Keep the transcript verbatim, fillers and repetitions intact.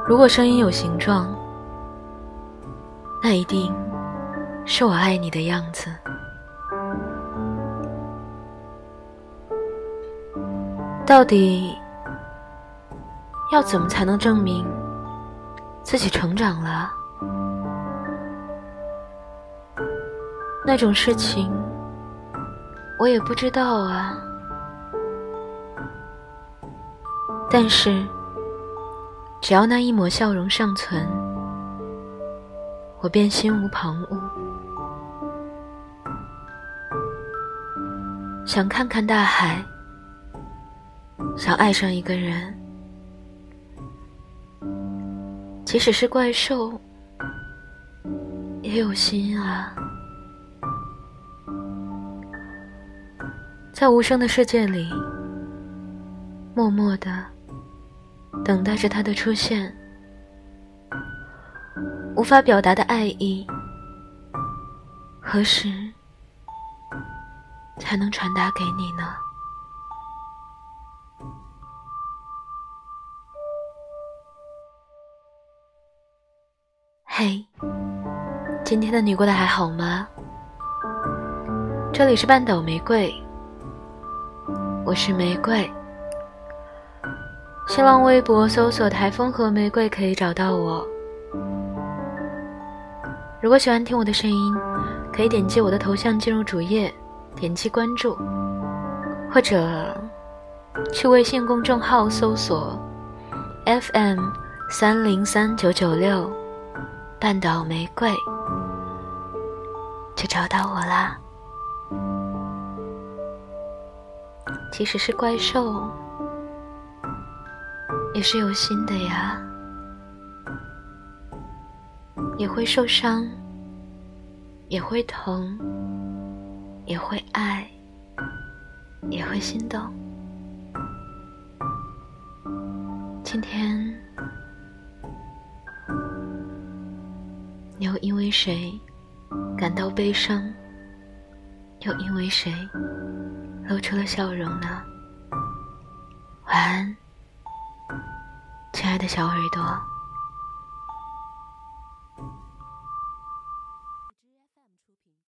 如果声音有形状，那一定是我爱你的样子。到底要怎么才能证明自己成长了？那种事情我也不知道啊。但是只要那一抹笑容尚存，我便心无旁骛。想看看大海，想爱上一个人，即使是怪兽也有心啊。在无声的世界里，默默地等待着他的出现。无法表达的爱意，何时才能传达给你呢？嘿，今天的你过得还好吗？这里是半岛玫瑰，我是玫瑰。新浪微博搜索台风和玫瑰可以找到我。如果喜欢听我的声音，可以点击我的头像进入主页，点击关注，或者去微信公众号搜索 F M 三零三九九六半岛玫瑰，就找到我啦。即使是怪兽也是有心的呀，也会受伤，也会疼，也会爱，也会心动。今天你又因为谁感到悲伤，又因为谁露出了笑容呢？晚安，亲爱的小耳朵。